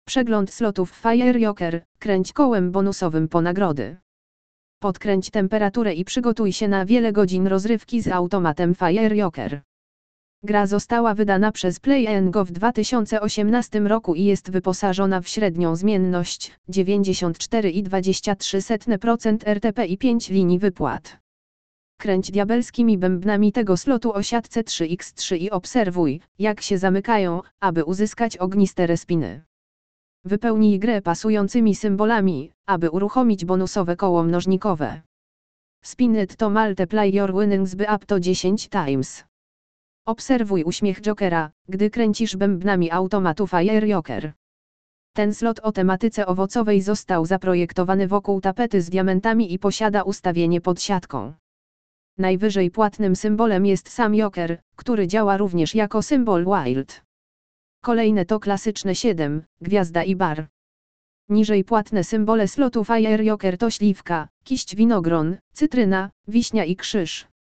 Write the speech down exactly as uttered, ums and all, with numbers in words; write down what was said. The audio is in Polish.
Przegląd slotów Fire Joker. Kręć kołem bonusowym po nagrody. Podkręć temperaturę i przygotuj się na wiele godzin rozrywki z automatem Fire Joker. Gra została wydana przez Play and Go w dwa tysiące osiemnastym roku i jest wyposażona w średnią zmienność dziewięćdziesiąt cztery i dwadzieścia trzy procent R T P i pięć linii wypłat. Kręć diabelskimi bębnami tego slotu o siatce trzy na trzy i obserwuj, jak się zamykają, aby uzyskać ogniste respiny. Wypełnij grę pasującymi symbolami, aby uruchomić bonusowe koło mnożnikowe. Spin it to multiply your winnings by up to dziesięć times. Obserwuj uśmiech Jokera, gdy kręcisz bębnami automatu Fire Joker. Ten slot o tematyce owocowej został zaprojektowany wokół tapety z diamentami i posiada ustawienie pod siatką. Najwyżej płatnym symbolem jest sam Joker, który działa również jako symbol Wild. Kolejne to klasyczne siedem, gwiazda i bar. Niżej płatne symbole slotu Fire Joker to śliwka, kiść winogron, cytryna, wiśnia i krzyż.